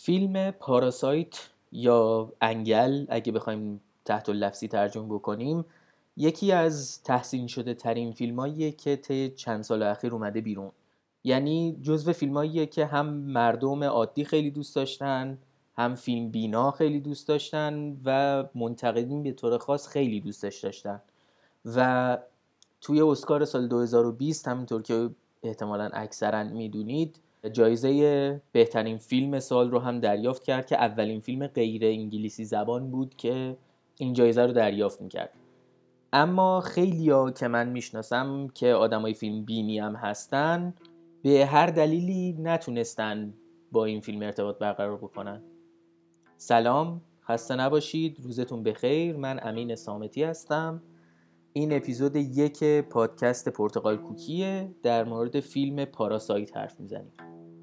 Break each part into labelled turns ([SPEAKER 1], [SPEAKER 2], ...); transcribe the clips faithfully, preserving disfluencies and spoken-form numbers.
[SPEAKER 1] فیلم پاراسایت یا انگل اگه بخوایم تحت اللفظی ترجمه بکنیم یکی از تحسین شده ترین فیلماییه که طی چند سال اخیر اومده بیرون. یعنی جزو فیلماییه که هم مردم عادی خیلی دوست داشتن، هم فیلم بینا خیلی دوست داشتن و منتقدین به طور خاص خیلی دوستش داشتن و توی اسکار سال دو هزار و بیست همینطور که احتمالاً اکثرا میدونید جایزه بهترین فیلم سال رو هم دریافت کرد که اولین فیلم غیر انگلیسی زبان بود که این جایزه رو دریافت میکرد. اما خیلیا که من میشناسم که آدمای فیلم بینی هم هستن به هر دلیلی نتونستن با این فیلم ارتباط برقرار بکنن. سلام، خسته نباشید، روزتون بخیر. من امین صامتی هستم. این اپیزود یک پادکست پرتقال کوکیه. در مورد فیلم پاراسایت حرف میزنیم.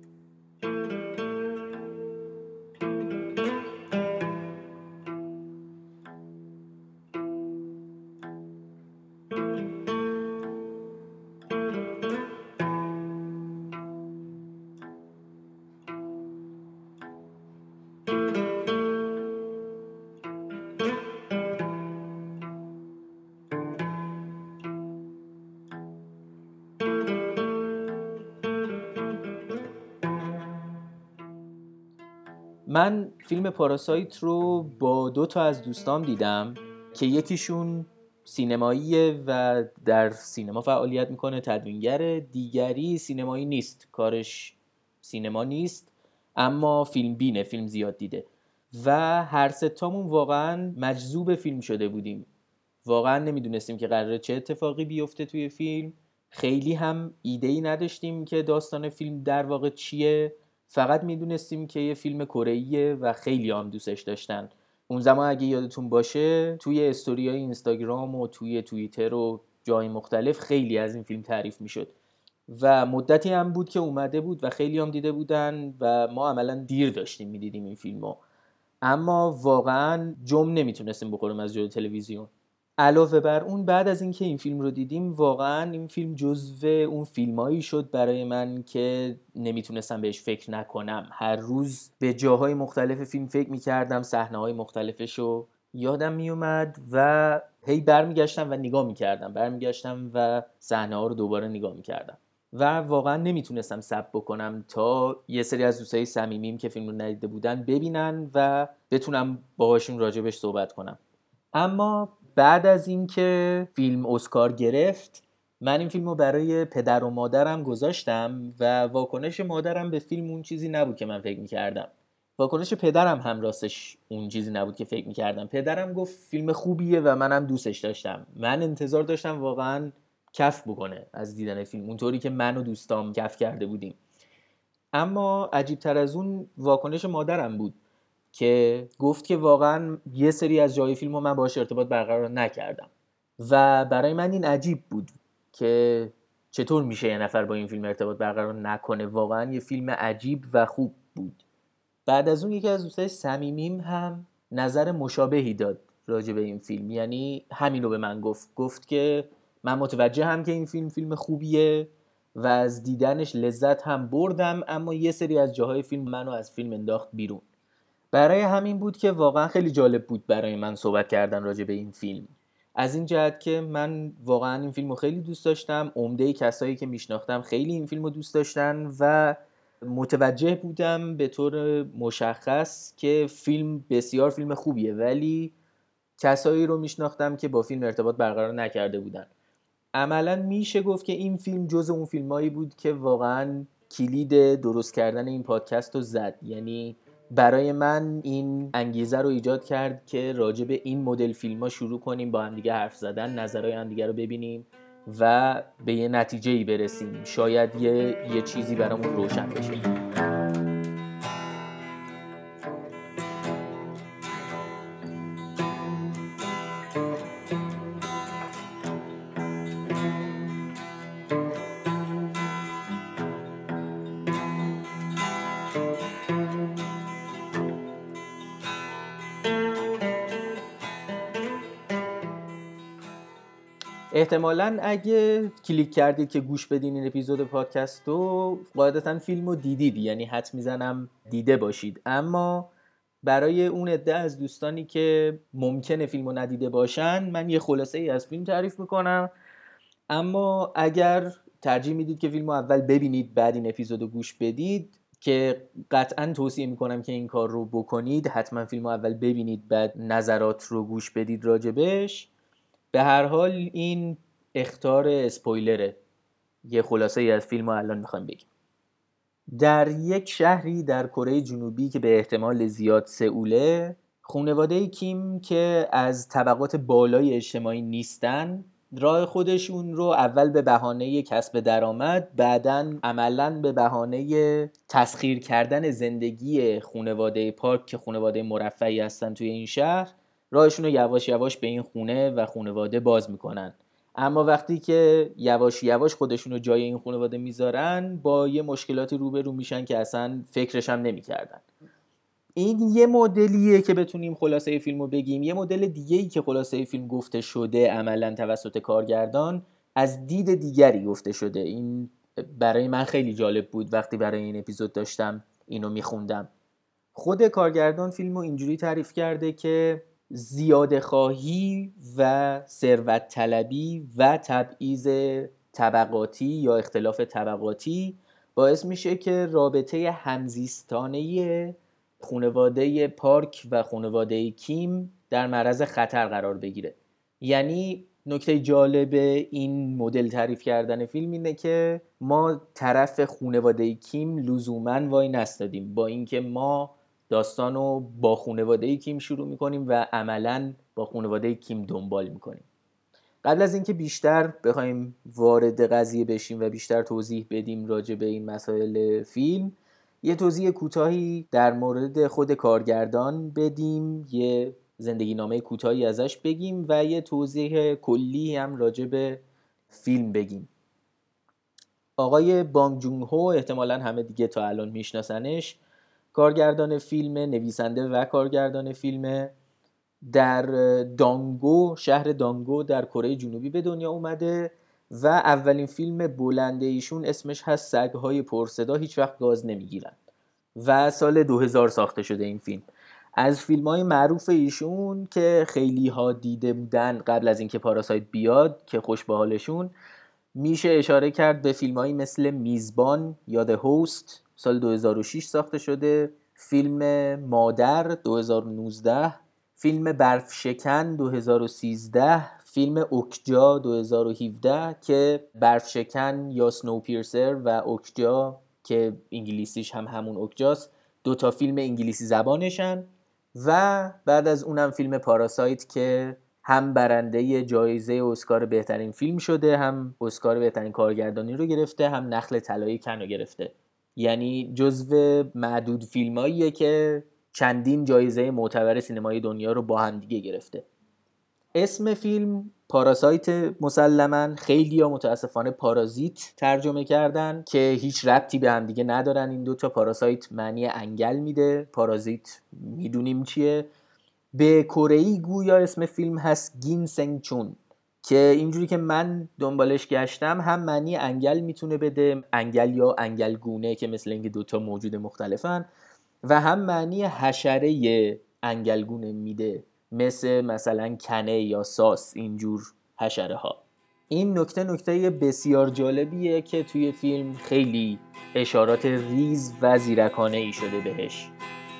[SPEAKER 1] من فیلم پاراسایت رو با دو تا از دوستام دیدم که یکیشون سینماییه و در سینما فعالیت میکنه، تدوینگره. دیگری سینمایی نیست، کارش سینما نیست اما فیلم بینه، فیلم زیاد دیده و هر ستامون واقعا مجذوب فیلم شده بودیم. واقعا نمیدونستیم که قراره چه اتفاقی بیفته توی فیلم. خیلی هم ایده‌ای نداشتیم که داستان فیلم در واقع چیه. فقط میدونستیم که یه فیلم کره‌ایه و خیلی هم دوستش داشتن. اون زمان اگه یادتون باشه توی استوریای اینستاگرام و توی توییتر و جای مختلف خیلی از این فیلم تعریف میشد و مدتی هم بود که اومده بود و خیلی هم دیده بودن و ما عملا دیر داشتیم میدیدیم این فیلمو، اما واقعا جم نمیتونستیم بخوریم از جلوی تلویزیون. علاوه بر اون بعد از اینکه این فیلم رو دیدیم واقعا این فیلم جزو اون فیلمایی شد برای من که نمیتونستم بهش فکر نکنم. هر روز به جاهای مختلف فیلم فکر میکردم، صحنه‌های مختلفش رو یادم میومد و هی برمیگشتم و نگاه میکردم برمیگشتم و صحنه‌ها رو دوباره نگاه میکردم و واقعا نمیتونستم صبر بکنم تا یه سری از دوستای صمیمیم که فیلم رو ندیده بودن ببینن و بتونم باهاشون راجبش صحبت کنم. اما بعد از اینکه فیلم اسکار گرفت من این فیلم رو برای پدر و مادرم گذاشتم و واکنش مادرم به فیلم اون چیزی نبود که من فکر میکردم. واکنش پدرم هم راستش اون چیزی نبود که فکر میکردم. پدرم گفت فیلم خوبیه و منم دوستش داشتم. من انتظار داشتم واقعا کف بکنه از دیدن فیلم اونطوری که من و دوستام کف کرده بودیم. اما عجیب تر از اون واکنش مادرم بود که گفت که واقعا یه سری از جای فیلم رو من باهاش ارتباط برقرار نکردم و برای من این عجیب بود که چطور میشه یه نفر با این فیلم ارتباط برقرار نکنه. واقعا یه فیلم عجیب و خوب بود. بعد از اون یکی از دوستای صمیمیم هم نظر مشابهی داد راجع به این فیلم، یعنی همین رو به من گفت گفت که من متوجه هم که این فیلم فیلم خوبیه و از دیدنش لذت هم بردم، اما یه سری از جاهای فیلم منو از فیلم انداخت بیرون. برای همین بود که واقعا خیلی جالب بود برای من صحبت کردن راجع به این فیلم، از این جهت که من واقعا این فیلم رو خیلی دوست داشتم. عمده کسایی که میشناختم خیلی این فیلم رو دوست داشتن و متوجه بودم به طور مشخص که فیلم بسیار فیلم خوبیه، ولی کسایی رو میشناختم که با فیلم ارتباط برقرار نکرده بودن. عملا میشه گفت که این فیلم جز اون فیلمایی بود که واقعا کلید درست کردن این پادکست رو زد. یعنی برای من این انگیزه رو ایجاد کرد که راجع به این مدل فیلم‌ها شروع کنیم با هم دیگه حرف زدن، نظرهای هم دیگه رو ببینیم و به یه نتیجه‌ای برسیم. شاید یه یه چیزی برامون روشن بشه. احتمالاً اگه کلیک کردید که گوش بدین این اپیزود پادکست رو قاعدتاً فیلم رو دیدید، یعنی حدس میزنم دیده باشید. اما برای اون عده از دوستانی که ممکنه فیلم رو ندیده باشن، من یه خلاصه ای از فیلم تعریف میکنم. اما اگر ترجیح میدید که فیلم رو اول ببینید بعد این اپیزود رو گوش بدید، که قطعا توصیه میکنم که این کار رو بکنید، حتما فیلم رو اول ببینید بعد نظرات رو گوش بدید راجبش. به هر حال این اخطار اسپویلره، یه خلاصه ای از فیلم رو الان میخوایم بگیم. در یک شهری در کره جنوبی که به احتمال زیاد سئوله، خانواده کیم که از طبقات بالای اجتماعی نیستن، راه خودشون رو اول به بهانه کسب درآمد، بعداً عملاً به بهانه تسخیر کردن زندگی خانواده پارک که خانواده مرفهی هستن توی این شهر، راهشون رو یواش یواش به این خونه و خانواده باز میکنن. اما وقتی که یواش یواش خودشون رو جای این خانواده میذارن، با یه مشکلاتی روبرو میشن که اصلا فکرش هم نمیکردن. این یه مدلیه که بتونیم خلاصه فیلم رو بگیم. یه مدل دیگه‌ای که خلاصه فیلم گفته شده عملاً توسط کارگردان، از دید دیگری گفته شده. این برای من خیلی جالب بود وقتی برای این اپیزود داشتم اینو میخوندم. خود کارگردان فیلم رو اینجوری تعریف کرده که زیاده خواهی و ثروت طلبی و تبعیض طبقاتی یا اختلاف طبقاتی باعث میشه که رابطه همزیستانه خانواده پارک و خانواده کیم در معرض خطر قرار بگیره. یعنی نکته جالب این مدل تعریف کردن فیلم اینه که ما طرف خانواده کیم لزوماً وای نستادیم، با اینکه ما داستانو با خانواده کیم شروع میکنیم و عملاً با خانواده کیم دنبال میکنیم. قبل از اینکه بیشتر بخوایم وارد قضیه بشیم و بیشتر توضیح بدیم راجع به این مسائل فیلم، یه توضیح کوتاهی در مورد خود کارگردان بدیم، یه زندگی نامه کوتاهی ازش بگیم و یه توضیح کلی هم راجع به فیلم بگیم. آقای بانگ جون هو احتمالاً همه دیگه تا الان میشناسنش. کارگردان فیلم، نویسنده و کارگردان فیلم. در دانگو، شهر دانگو در کره جنوبی به دنیا اومده و اولین فیلم بلنده ایشون اسمش هست سگ‌های پرصدا هیچ وقت گاز نمیگیرن و سال دو هزار ساخته شده این فیلم. از فیلم‌های معروف ایشون که خیلی ها دیده بودن قبل از اینکه پاراسایت بیاد که خوش به حالشون، میشه اشاره کرد به فیلم‌هایی مثل میزبان یا The Host سال دو هزار و شش ساخته شده، فیلم مادر دو هزار و نوزده، فیلم برف شکن دو هزار و سیزده، فیلم اوکجا دو هزار و هفده که برف شکن یا سنو پیرسر و اوکجا که انگلیسیش هم همون اوکجاست دو تا فیلم انگلیسی زبانشن. و بعد از اونم فیلم پاراسایت که هم برنده جایزه اسکار بهترین فیلم شده، هم اسکار بهترین کارگردانی رو گرفته، هم نخل طلایی کن رو گرفته. یعنی جزو معدود فیلماییه که چندین جایزه معتبر سینمای دنیا رو با هم دیگه گرفته. اسم فیلم پاراسایت مسلماً خیلی ها متاسفانه پارازیت ترجمه کردن که هیچ ربطی به هم دیگه ندارن. این دوتا پاراسایت معنی انگل میده، پارازیت میدونیم چیه. به کره‌ای گویا اسم فیلم هست گین سنگ چون که اینجوری که من دنبالش گشتم هم معنی انگل میتونه بده، انگل یا انگلگونه که مثل اینکه دوتا موجود مختلفن، و هم معنی حشره انگلگونه میده مثل مثلا کنه یا ساس، اینجور حشره ها. این نکته نکته بسیار جالبیه که توی فیلم خیلی اشارات ریز و زیرکانه ای شده بهش.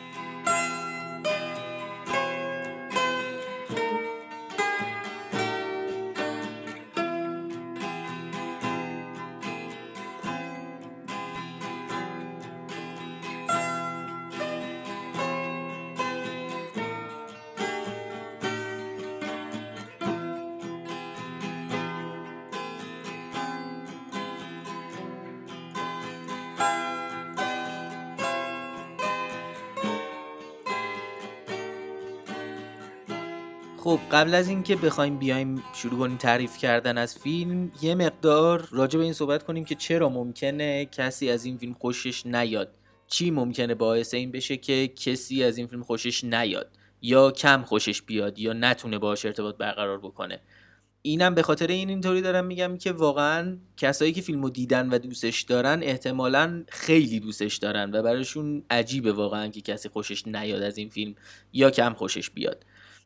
[SPEAKER 1] خب قبل از اینکه بخوایم بیایم شروع کنیم تعریف کردن از فیلم، یه مقدار راجع به این صحبت کنیم که چرا ممکنه کسی از این فیلم خوشش نیاد. چی ممکنه باعث این بشه که کسی از این فیلم خوشش نیاد یا کم خوشش بیاد یا نتونه باهاش ارتباط برقرار بکنه. اینم به خاطر این اینطوری دارم میگم که واقعا کسایی که فیلمو دیدن و دوستش دارن احتمالاً خیلی دوستش دارن و براشون عجیبه واقعا که کسی خوشش نیاد از این فیلم یا کم خوشش بیاد.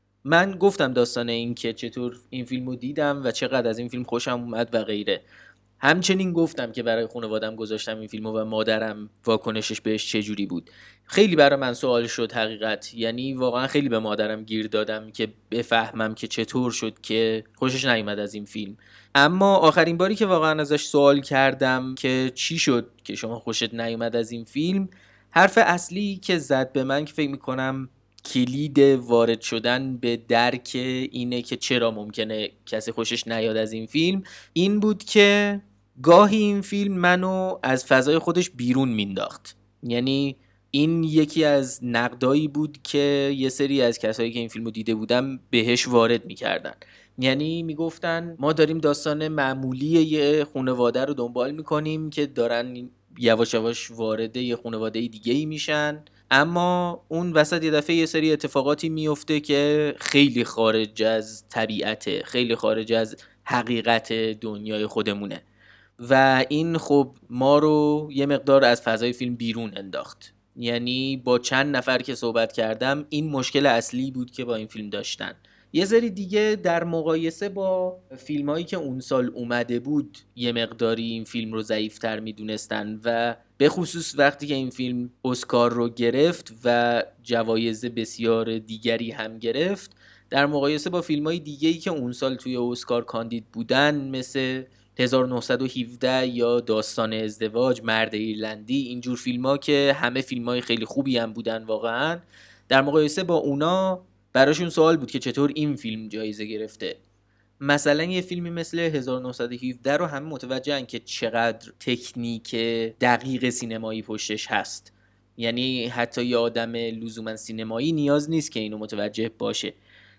[SPEAKER 1] من گفتم داستان این که چطور این فیلمو دیدم و چقدر از این فیلم خوشم اومد و غیره. همچنین گفتم که برای خانوادم گذاشتم این فیلمو و مادرم واکنشش بهش چجوری بود. خیلی برای من سوال شد حقیقت، یعنی واقعا خیلی به مادرم گیر دادم که بفهمم که چطور شد که خوشش نیومد از این فیلم. اما آخرین باری که واقعا ازش سوال کردم که چی شد که شما خوشت نیومد از این فیلم، حرف اصلی که زد به من که فکر میکنم کلید وارد شدن به درک اینه که چرا ممکنه کسی خوشش نیاد از این فیلم، این بود که گاهی این فیلم منو از فضای خودش بیرون مینداخت. یعنی این یکی از نقدایی بود که یه سری از کسایی که این فیلمو دیده بودم بهش وارد میکردن. یعنی میگفتن ما داریم داستان معمولی یه خانواده رو دنبال میکنیم که دارن یواش یواش وارد یه خانواده دیگه ای میشن، اما اون وسط یه دفعه یه سری اتفاقاتی میفته که خیلی خارج از طبیعته، خیلی خارج از حقیقت دنیای خودمونه و این خب ما رو یه مقدار از فضای فیلم بیرون انداخت. یعنی با چند نفر که صحبت کردم این مشکل اصلی بود که با این فیلم داشتن. یه سری دیگه در مقایسه با فیلم هایی که اون سال اومده بود یه مقداری این فیلم رو ضعیف‌تر میدونستن و به خصوص وقتی که این فیلم اسکار رو گرفت و جوایز بسیار دیگری هم گرفت، در مقایسه با فیلم های دیگه‌ای که اون سال توی اسکار کاندید بودن مثل هزار و نهصد و هفده یا داستان ازدواج، مرد ایرلندی، اینجور فیلم ها که همه فیلم های خیلی خوبی هم بودن واقعا، در مقایسه با اونا براشون سوال بود که چطور این فیلم جایزه گرفته. مثلا یه فیلمی مثل هزار و نهصد و هفده رو همه متوجهن که چقدر تکنیک دقیق سینمایی پشتش هست. یعنی حتی یه آدم لزوما سینمایی نیاز نیست که اینو متوجه باشه.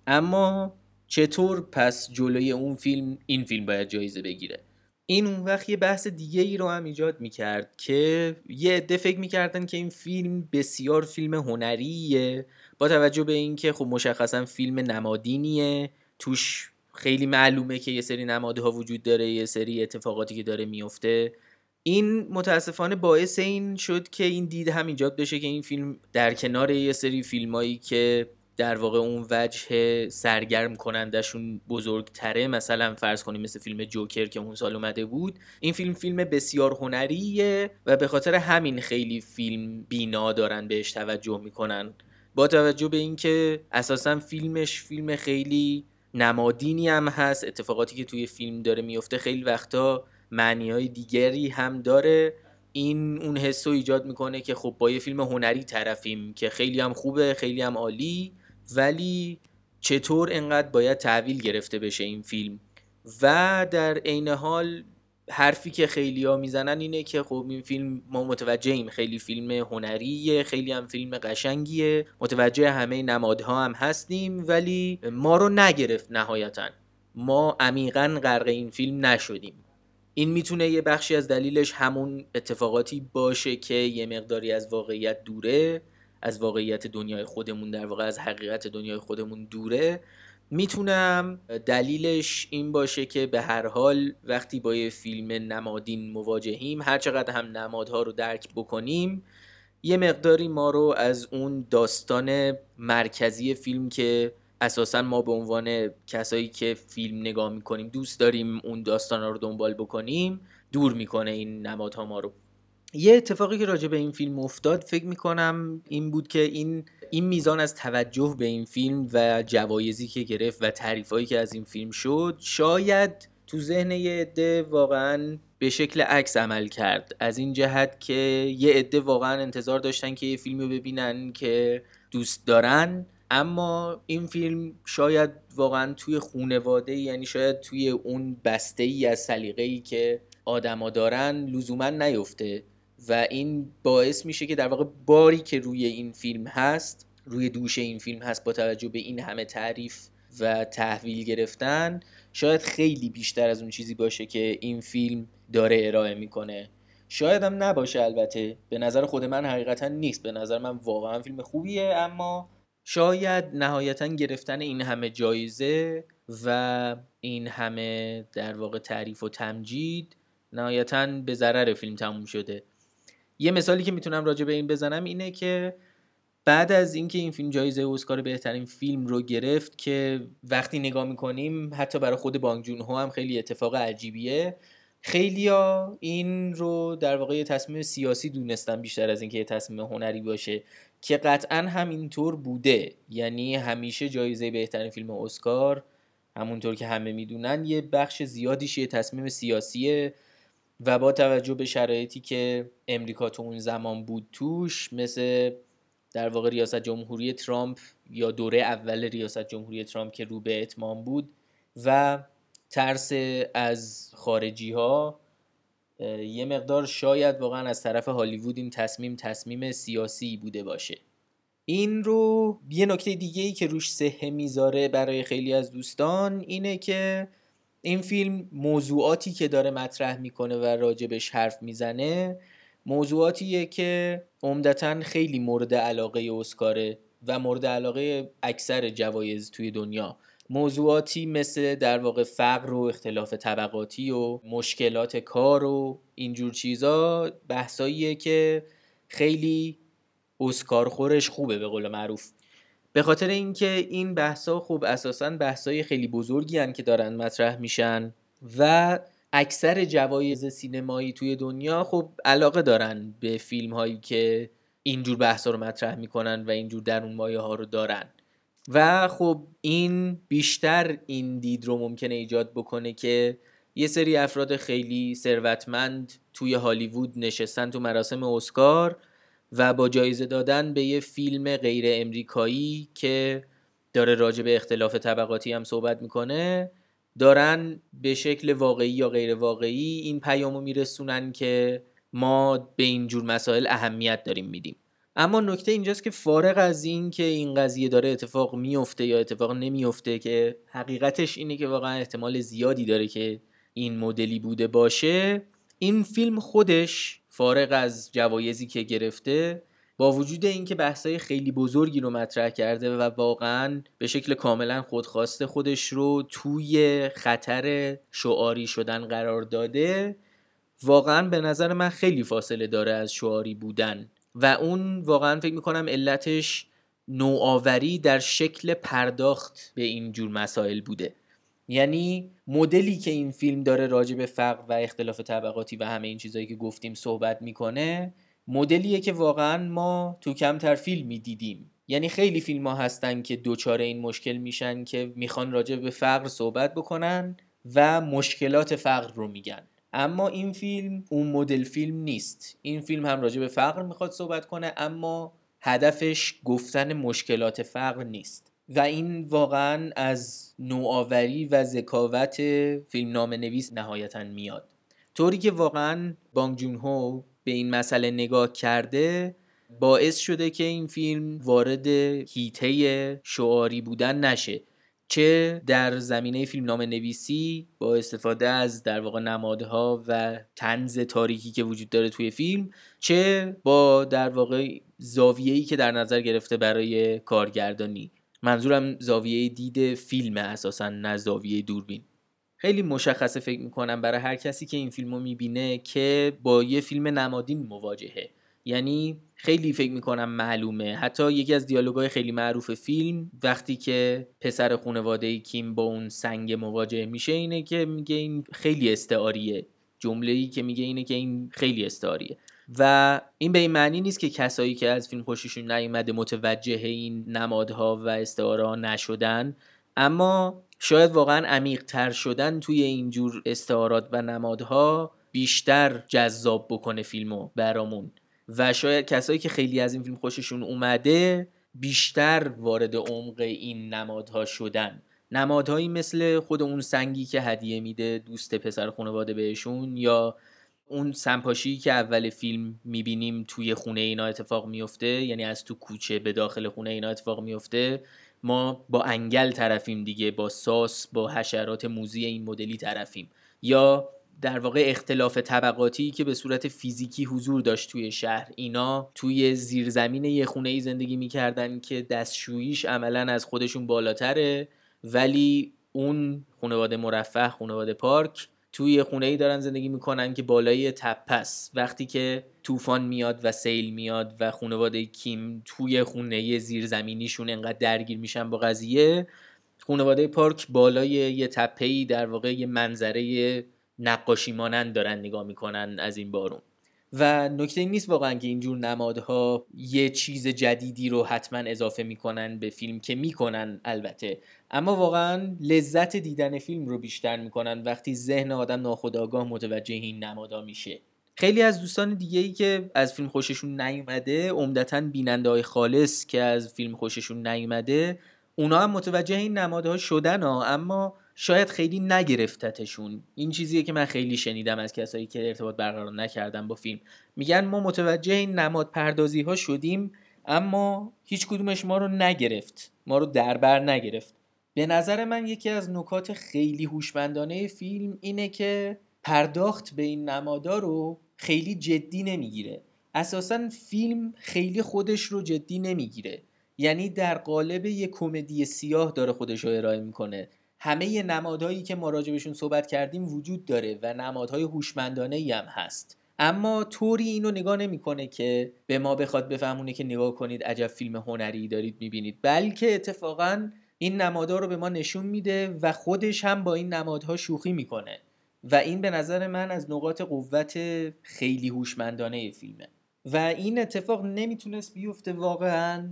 [SPEAKER 1] اما چطور پس جلوی اون فیلم این فیلم باید جایزه بگیره؟ این اون وقت یه بحث دیگه ای رو هم ایجاد میکرد که یه عده فکر میکردن که این فیلم بسیار فیلم هنریه، با توجه به اینکه خب مشخصا فیلم نمادینیه، توش خیلی معلومه که یه سری نمادها وجود داره، یه سری اتفاقاتی که داره میفته. این متاسفانه باعث این شد که این دید هم ایجاد بشه که این فیلم در کنار یه سری فیلمایی که در واقع اون وجه سرگرم کنندشون بزرگتره، مثلا فرض کنیم مثل فیلم جوکر که اون سال اومده بود، این فیلم فیلم بسیار هنریه و به خاطر همین خیلی فیلم بینا دارن بهش توجه میکنن، با توجه به اینکه اساسا فیلمش فیلم خیلی نمادینی هم هست. اتفاقاتی که توی فیلم داره میفته خیلی وقتا معنی‌های دیگری هم داره. این اون حس رو ایجاد میکنه که خب با یه فیلم هنری طرفیم که خیلی هم خوبه، خیلی هم عالی، ولی چطور انقدر باید تحویل گرفته بشه این فیلم؟ و در عین حال حرفی که خیلی‌ها میزنن اینه که خب این فیلم ما متوجهیم خیلی فیلم هنریه، خیلی هم فیلم قشنگیه، متوجه همه نمادها هم هستیم، ولی ما رو نگرفت نهایتاً، ما عمیقاً غرق این فیلم نشدیم. این میتونه یه بخشی از دلیلش همون اتفاقاتی باشه که یه مقداری از واقعیت دوره، از واقعیت دنیای خودمون، در واقع از حقیقت دنیای خودمون دوره. میتونم دلیلش این باشه که به هر حال وقتی با یه فیلم نمادین مواجهیم، هر چقدر هم نمادها رو درک بکنیم، یه مقداری ما رو از اون داستان مرکزی فیلم که اساسا ما به عنوان کسایی که فیلم نگاه میکنیم دوست داریم اون داستانا رو دنبال بکنیم، دور میکنه این نمادها ما رو. یه اتفاقی که راجع به این فیلم افتاد فکر میکنم این بود که این این میزان از توجه به این فیلم و جوایزی که گرفت و تعریفایی که از این فیلم شد شاید تو ذهن یه عده واقعا به شکل عکس عمل کرد، از این جهت که یه عده واقعا انتظار داشتن که یه فیلمی ببینن که دوست دارن، اما این فیلم شاید واقعا توی خانواده، یعنی شاید توی اون بسته ای از سلیقه‌ای که آدما دارن لزوما نیفته و این باعث میشه که در واقع باری که روی این فیلم هست، روی دوش این فیلم هست، با توجه به این همه تعریف و تحویل گرفتن، شاید خیلی بیشتر از اون چیزی باشه که این فیلم داره ارائه میکنه. شاید هم نباشه، البته به نظر خود من حقیقتا نیست، به نظر من واقعا فیلم خوبیه، اما شاید نهایتا گرفتن این همه جایزه و این همه در واقع تعریف و تمجید نهایتاً به ضرر فیلم تموم شده. یه مثالی که میتونم راجع به این بزنم اینه که بعد از اینکه این فیلم جایزه اسکار بهترین فیلم رو گرفت، که وقتی نگاه میکنیم حتی برای خود بانگ جون هو هم خیلی اتفاق عجیبیه، خیلیا این رو در واقع یه تصمیم سیاسی دونستن بیشتر از اینکه یه تصمیم هنری باشه، که قطعا هم اینطور بوده. یعنی همیشه جایزه بهترین فیلم اسکار همونطور که همه میدونن یه بخش زیادیش یه تصمیم سیاسیه و با توجه به شرایطی که امریکا تو اون زمان بود توش، مثل در واقع ریاست جمهوری ترامپ یا دوره اول ریاست جمهوری ترامپ که رو به اتمام بود و ترس از خارجی ها، یه مقدار شاید واقعا از طرف هالیوود این تصمیم تصمیم سیاسی بوده باشه. این رو یه نکته دیگه‌ای که روش صحه میذاره برای خیلی از دوستان اینه که این فیلم موضوعاتی که داره مطرح میکنه و راجبش حرف میزنه موضوعاتیه که عمدتاً خیلی مورد علاقه اسکاره و مورد علاقه اکثر جوایز توی دنیا. موضوعاتی مثل در واقع فقر و اختلاف طبقاتی و مشکلات کار و اینجور چیزا بحثاییه که خیلی اسکار خورش خوبه به قول معروف، به خاطر اینکه این بحثا خب اساساً بحثای خیلی بزرگی هن که دارن مطرح میشن و اکثر جوایز سینمایی توی دنیا خب علاقه دارن به فیلم هایی که اینجور بحثا رو مطرح میکنن و اینجور درون مایه ها رو دارن و خب این بیشتر این دید رو ممکنه ایجاد بکنه که یه سری افراد خیلی ثروتمند توی هالیوود نشستن تو مراسم اسکار و با جایزه دادن به یه فیلم غیر امریکایی که داره راجع به اختلاف طبقاتی هم صحبت میکنه دارن به شکل واقعی یا غیر واقعی این پیامو میرسونن که ما به این جور مسائل اهمیت داریم میدیم. اما نکته اینجاست که فارغ از این که این قضیه داره اتفاق میفته یا اتفاق نمیفته، که حقیقتش اینه که واقعا احتمال زیادی داره که این مدلی بوده باشه، این فیلم خودش فارغ از جوایزی که گرفته با وجود اینکه بحثای خیلی بزرگی رو مطرح کرده و واقعا به شکل کاملا خودخواسته خودش رو توی خطر شعاری شدن قرار داده، واقعا به نظر من خیلی فاصله داره از شعاری بودن و اون واقعا فکر میکنم علتش نوآوری در شکل پرداخت به این جور مسائل بوده. یعنی مدلی که این فیلم داره راجع به فقر و اختلاف طبقاتی و همه این چیزایی که گفتیم صحبت میکنه مدلیه که واقعا ما تو کمتر فیلمی دیدیم. یعنی خیلی فیلم ها هستن که دوچار این مشکل میشن که میخوان راجع به فقر صحبت بکنن و مشکلات فقر رو میگن، اما این فیلم اون مدل فیلم نیست. این فیلم هم راجع به فقر میخواد صحبت کنه اما هدفش گفتن مشکلات فقر نیست و این واقعا از نوآوری و ذکاوت فیلمنامه نویس نهایتاً میاد، طوری که واقعا بانگ جون هو به این مسئله نگاه کرده باعث شده که این فیلم وارد هیته شعاری بودن نشه، چه در زمینه فیلمنامه نویسی با استفاده از در واقع نمادها و طنز تاریکی که وجود داره توی فیلم، چه با در واقع زاویه‌ای که در نظر گرفته برای کارگردانی. منظورم زاویه دید فیلم اساساً نه زاویه دوربین. خیلی مشخصه فکر میکنم برای هر کسی که این فیلمو میبینه که با یه فیلم نمادین مواجهه. یعنی خیلی فکر میکنم معلومه، حتی یکی از دیالوگای خیلی معروف فیلم وقتی که پسر خانواده کیم با اون سنگ مواجه میشه اینه که میگه این خیلی استعاریه. جمله‌ای که میگه اینه که این خیلی استعاریه و این به این معنی نیست که کسایی که از فیلم خوششون نیومده متوجه این نمادها و استعاره ها نشدن، اما شاید واقعا عمیق تر شدن توی اینجور استعارات و نمادها بیشتر جذاب بکنه فیلمو برامون و شاید کسایی که خیلی از این فیلم خوششون اومده بیشتر وارد عمق این نمادها شدن. نمادهایی مثل خود اون سنگی که هدیه میده دوست پسر خانواده بهشون، یا اون سمپاشی که اول فیلم میبینیم توی خونه اینا اتفاق میفته، یعنی از تو کوچه به داخل خونه اینا اتفاق میفته، ما با انگل طرفیم دیگه، با ساس، با حشرات موذی این مدلی طرفیم. یا در واقع اختلاف طبقاتی که به صورت فیزیکی حضور داشت توی شهر، اینا توی زیرزمین یه خونه‌ای زندگی میکردن که دستشوییش عملاً از خودشون بالاتره ولی اون خانواده مرفه، خانواده پارک، توی خونه‌ای دارن زندگی میکنن که بالای تپه است. وقتی که طوفان میاد و سیل میاد و خانواده کیم توی خونه زیرزمینیشون انقدر درگیر میشن با قضیه، خانواده پارک بالای یه تپه‌ای در واقع یه منظره نقاشی مانند دارن نگاه میکنن از این بارون. و نکته این نیست واقعا که اینجور نمادها یه چیز جدیدی رو حتما اضافه میکنن به فیلم، که میکنن البته، اما واقعا لذت دیدن فیلم رو بیشتر میکنن وقتی ذهن آدم ناخودآگاه متوجه این نمادها میشه. خیلی از دوستان دیگه‌ای که از فیلم خوششون نیومده، عمدتاً بیننده‌های خالص که از فیلم خوششون نیومده، اونا هم متوجه این نمادها شدن ها، اما شاید خیلی نگرفتتشون. این چیزیه که من خیلی شنیدم از کسایی که ارتباط برقرار نکردن با فیلم. میگن ما متوجه این نماد پردازی ها شدیم اما هیچ کدومش ما رو نگرفت، ما رو دربر نگرفت. به نظر من یکی از نکات خیلی هوشمندانه فیلم اینه که پرداخت به این نمادا رو خیلی جدی نمیگیره. اساساً فیلم خیلی خودش رو جدی نمیگیره، یعنی در قالب یک کمدی سیاه داره خودش رو ارائه میکنه. همه نمادهایی که ما راجبشون صحبت کردیم وجود داره و نمادهای هوشمندانه‌ای هم هست، اما طوری اینو نگاه نمیکنه که به ما بخواد بفهمونه که نگاه کنید عجب فیلم هنری دارید میبینید، بلکه اتفاقاً این نمادها رو به ما نشون میده و خودش هم با این نمادها شوخی میکنه و این به نظر من از نقاط قوت خیلی هوشمندانه فیلمه. و این اتفاق نمیتونست بیفته واقعاً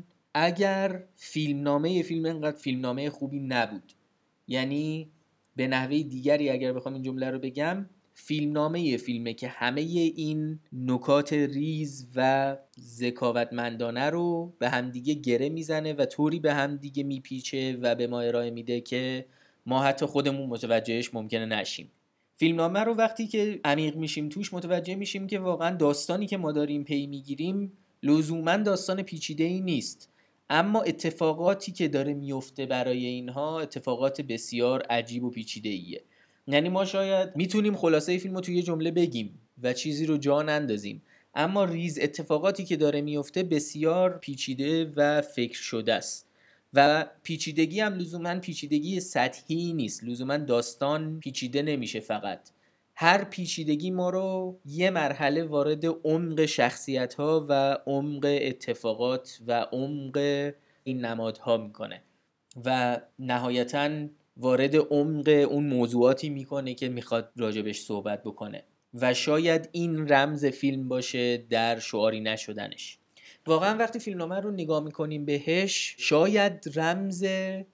[SPEAKER 1] اگر فیلمنامه فیلم اینقدر فیلمنامه خوبی نبود. یعنی به نحوه دیگری اگر بخوام این جمله رو بگم، فیلمنامه فیلمه که همه این نکات ریز و ذکاوتمندانه رو به همدیگه گره میزنه و طوری به همدیگه میپیچه و به ما ارائه میده که ما حتی خودمون متوجهش ممکنه نشیم. فیلمنامه رو وقتی که عمیق میشیم توش متوجه میشیم که واقعا داستانی که ما داریم پی میگیریم لزوما داستان پیچیده‌ای نیست، اما اتفاقاتی که داره میفته برای اینها اتفاقات بسیار عجیب و پیچیده‌ایه. یعنی ما شاید میتونیم خلاصه فیلم رو توی یه جمله بگیم و چیزی رو جا نندازیم، اما ریز اتفاقاتی که داره میفته بسیار پیچیده و فکر شده است و پیچیدگی هم لزوما پیچیدگی سطحی نیست. لزوما داستان پیچیده نمیشه، فقط هر پیچیدگی ما رو یه مرحله وارد عمق شخصیت‌ها و عمق اتفاقات و عمق این نمادها میکنه و نهایتاً وارد عمق اون موضوعاتی میکنه که میخواد راجبش صحبت بکنه و شاید این رمز فیلم باشه در شعاری نشدنش. واقعا وقتی فیلمنامه رو نگاه میکنیم بهش، شاید رمز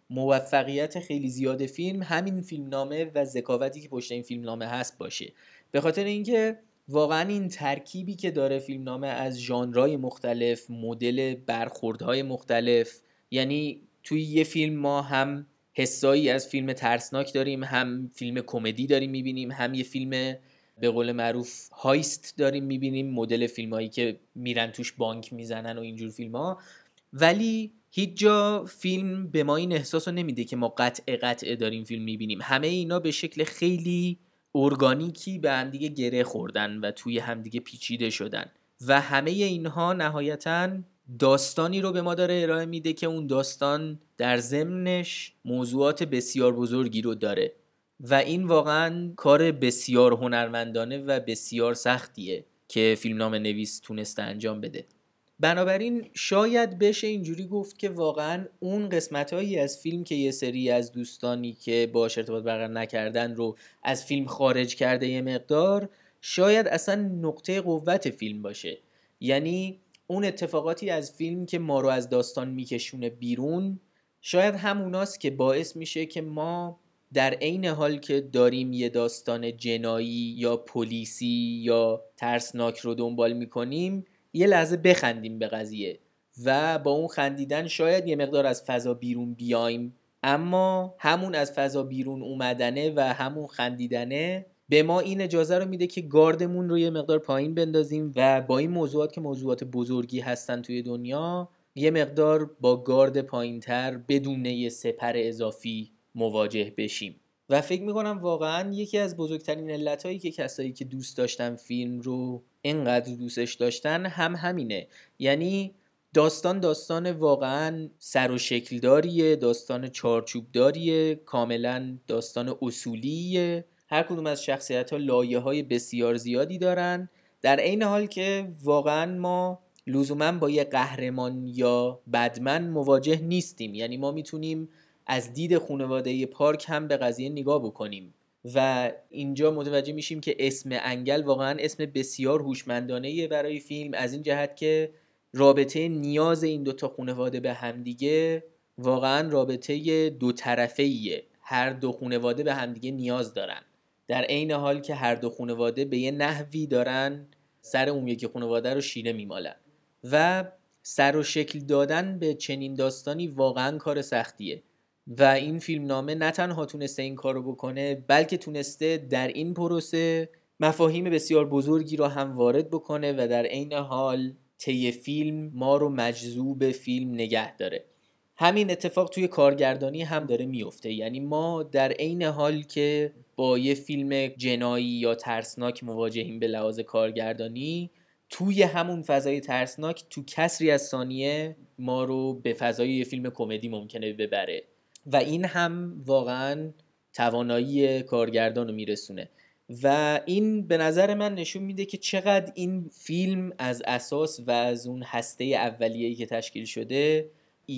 [SPEAKER 1] موفقیت خیلی زیاد فیلم همین فیلمنامه و ذکاوتی که پشت این فیلمنامه هست باشه، به خاطر اینکه واقعا این ترکیبی که داره فیلمنامه از ژانرهای مختلف، مدل برخوردهای مختلف، یعنی توی یه فیلم ما هم حسایی از فیلم ترسناک داریم، هم فیلم کمدی داریم میبینیم، هم یه فیلم به قول معروف هایست داریم میبینیم، مدل فیلم هایی که میرن توش بانک میزنن و اینجور فیلم ها، ولی هیچ جا فیلم به ما این احساس رو نمیده که ما قطع قطع داریم فیلم میبینیم. همه اینا به شکل خیلی ارگانیکی به همدیگه گره خوردن و توی همدیگه پیچیده شدن و همه اینها نهایتاً داستانی رو به ما داره ارائه میده که اون داستان در ضمنش موضوعات بسیار بزرگی رو داره و این واقعا کار بسیار هنرمندانه و بسیار سختیه که فیلمنامه نویس تونسته انجام بده. بنابراین شاید بشه اینجوری گفت که واقعا اون قسمتایی از فیلم که یه سری از دوستانی که باهاش ارتباط برقرار نکردن رو از فیلم خارج کرده یه مقدار، شاید اصلا نقطه قوت فیلم باشه. یعنی اون اتفاقاتی از فیلم که ما رو از داستان میکشونه بیرون، شاید هموناست که باعث میشه که ما در عین حال که داریم یه داستان جنایی یا پلیسی یا ترسناک رو دنبال میکنیم، یه لحظه بخندیم به قضیه و با اون خندیدن شاید یه مقدار از فضا بیرون بیایم، اما همون از فضا بیرون اومدنه و همون خندیدنه به ما این اجازه رو میده که گاردمون رو یه مقدار پایین بندازیم و با این موضوعات که موضوعات بزرگی هستن توی دنیا یه مقدار با گارد پایینتر بدون یه سپر اضافی مواجه بشیم. و فکر میکنم واقعا یکی از بزرگترین علتایی که کسایی که دوست داشتن فیلم رو اینقدر دوستش داشتن هم همینه. یعنی داستان داستان واقعا سر و شکل داریه، داستان چارچوب داریه، کاملا داستان اصولیه. هر کدوم از شخصیت ها لایه های بسیار زیادی دارن، در عین حال که واقعا ما لزوما با یه قهرمان یا بدمن مواجه نیستیم. یعنی ما میتونیم از دید خانواده پارک هم به قضیه نگاه بکنیم و اینجا متوجه میشیم که اسم انگل واقعا اسم بسیار هوشمندانه‌ایه برای فیلم، از این جهت که رابطه نیاز این دوتا خانواده به همدیگه واقعا رابطه دو طرفه‌ایه. هر دو خانواده به همدیگه نیاز دارن، در عین حال که هر دو خانواده به یه نحوی دارن سر اون یکی خانواده رو شیره میمالن و سر و شکل دادن به چنین داستانی واقعا کار سختیه و این فیلمنامه نه تنها تونسته این کارو بکنه، بلکه تونسته در این پروسه مفاهیم بسیار بزرگی رو هم وارد بکنه و در عین حال طی فیلم ما رو مجذوب فیلم نگه داره. همین اتفاق توی کارگردانی هم داره میفته. یعنی ما در عین حال که با یه فیلم جنایی یا ترسناک مواجهیم به لحاظ کارگردانی، توی همون فضای ترسناک تو کسری از ثانیه ما رو به فضای یه فیلم کمدی ممکنه ببره و این هم واقعا توانایی کارگردان رو میرسونه و این به نظر من نشون میده که چقدر این فیلم از اساس و از اون هسته اولیه‌ای که تشکیل شده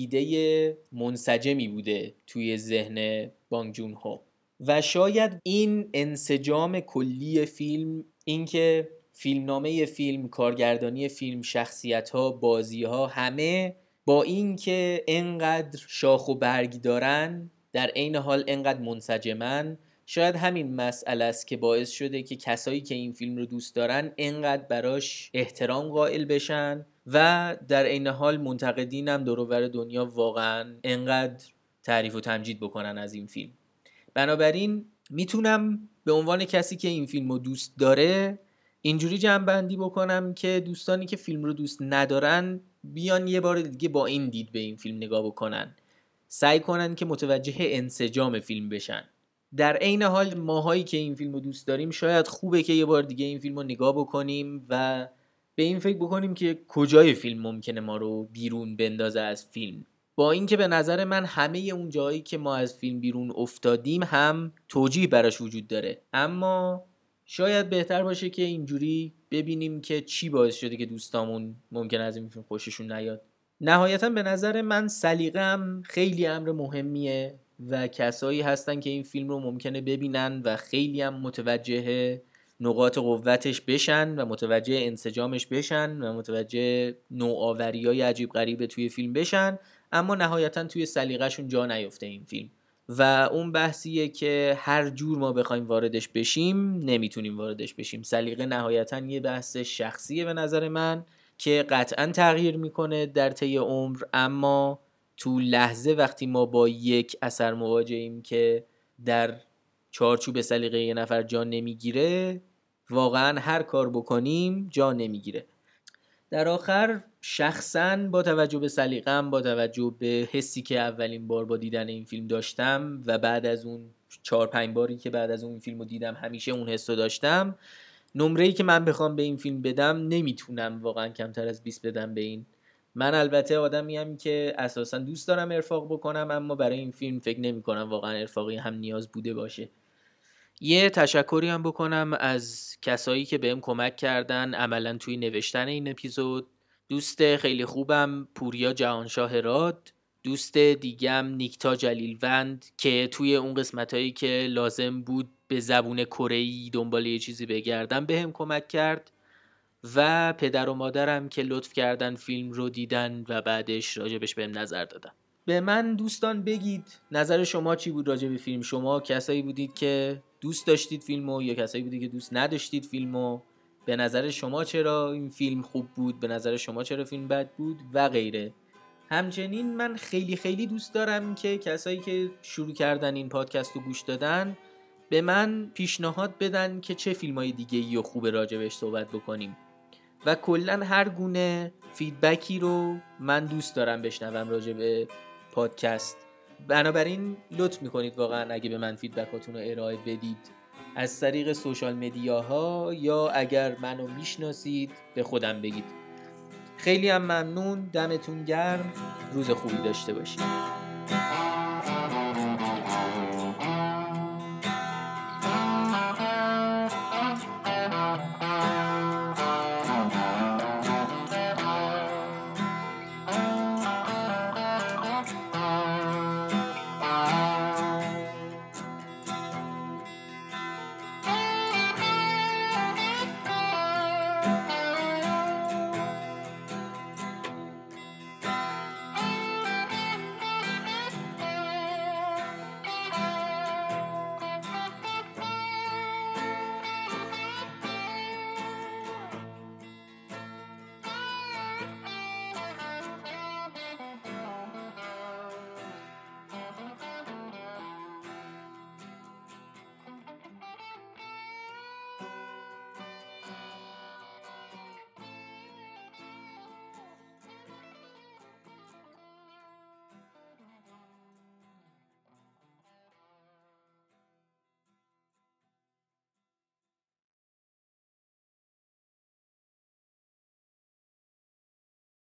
[SPEAKER 1] ایده منسجمی بوده توی ذهن بانگ جون هو و شاید این انسجام کلی فیلم، اینکه فیلمنامه فیلم، کارگردانی فیلم، شخصیت‌ها، بازی‌ها، همه با اینکه انقدر شاخ و برگ دارن در عین حال انقدر منسجمن، شاید همین مسئله است که باعث شده که کسایی که این فیلم رو دوست دارن انقدر براش احترام قائل بشن و در عین حال منتقدین هم دور و بر دنیا واقعا انقدر تعریف و تمجید بکنن از این فیلم. بنابراین میتونم به عنوان کسی که این فیلم رو دوست داره اینجوری جمع‌بندی بکنم که دوستانی که فیلم رو دوست ندارن بیان یه بار دیگه با این دید به این فیلم نگاه بکنن، سعی کنن که متوجه انسجام فیلم بشن. در عین حال ماهایی که این فیلم رو دوست داریم شاید خوبه که یه بار دیگه این فیلم رو نگاه بکنیم و به این فکر بکنیم که کجای فیلم ممکنه ما رو بیرون بندازه از فیلم، با اینکه به نظر من همه اون جایی که ما از فیلم بیرون افتادیم هم توجیه براش وجود داره، اما شاید بهتر باشه که اینجوری ببینیم که چی باعث شده که دوستامون ممکن از این فیلم خوششون نیاد. نهایتا به نظر من سلیقه هم خیلی امر مهمیه و کسایی هستن که این فیلم رو ممکنه ببینن و خیلی هم متوجه نقاط قوتش بشن و متوجه انسجامش بشن و متوجه نوآوری‌های عجیب غریبه توی فیلم بشن، اما نهایتا توی سلیقه‌شون جا نیفته این فیلم و اون بحثیه که هر جور ما بخوایم واردش بشیم نمیتونیم واردش بشیم. سلیقه نهایتا یه بحث شخصیه به نظر من که قطعا تغییر میکنه در طی عمر، اما تو لحظه وقتی ما با یک اثر مواجهیم که در چارچوب سلیقه یه نفر جا نمیگیره، واقعا هر کار بکنیم جا نمیگیره. در آخر شخصاً با توجه به سلیقه‌ام، با توجه به حسی که اولین بار با دیدن این فیلم داشتم و بعد از اون چهار پنج باری که بعد از اون فیلم رو دیدم همیشه اون حس رو داشتم، نمره‌ای که من بخوام به این فیلم بدم نمیتونم واقعا کمتر از بیست بدم به این. من البته آدمیم که اساساً دوست دارم ارفاق بکنم، اما برای این فیلم فکر نمی‌کنم واقعا ارفاقی هم نیاز بوده باشه. یه تشکری هم بکنم از کسایی که بهم کمک کردن عملاً توی نوشتن این اپیزود. دوست خیلی خوبم پوریا جهانشاه راد، دوست دیگم نیکتا جلیلوند که توی اون قسمتایی که لازم بود به زبون کره‌ای دنبال یه چیزی بگردم بهم کمک کرد، و پدر و مادرم که لطف کردن فیلم رو دیدن و بعدش راجبش بهم نظر دادن. به من دوستان بگید نظر شما چی بود راجب فیلم؟ شما کسایی بودید که دوست داشتید فیلمو یا کسایی بودید که دوست نداشتید فیلمو؟ به نظر شما چرا این فیلم خوب بود؟ به نظر شما چرا فیلم بد بود؟ و غیره. همچنین من خیلی خیلی دوست دارم که کسایی که شروع کردن این پادکست رو گوش دادن به من پیشنهاد بدن که چه فیلمای دیگه‌ای رو خوبه راجبش صحبت بکنیم و کلن هر گونه فیدبکی رو من دوست دارم بشنوم راجع به پادکست. بنابراین لطف میکنید واقعا اگه به من فیدبکاتون رو ارائه بدید از طریق سوشال مدیاها، یا اگر منو میشناسید به خودم بگید. خیلی هم ممنون، دمتون گرم، روز خوبی داشته باشید.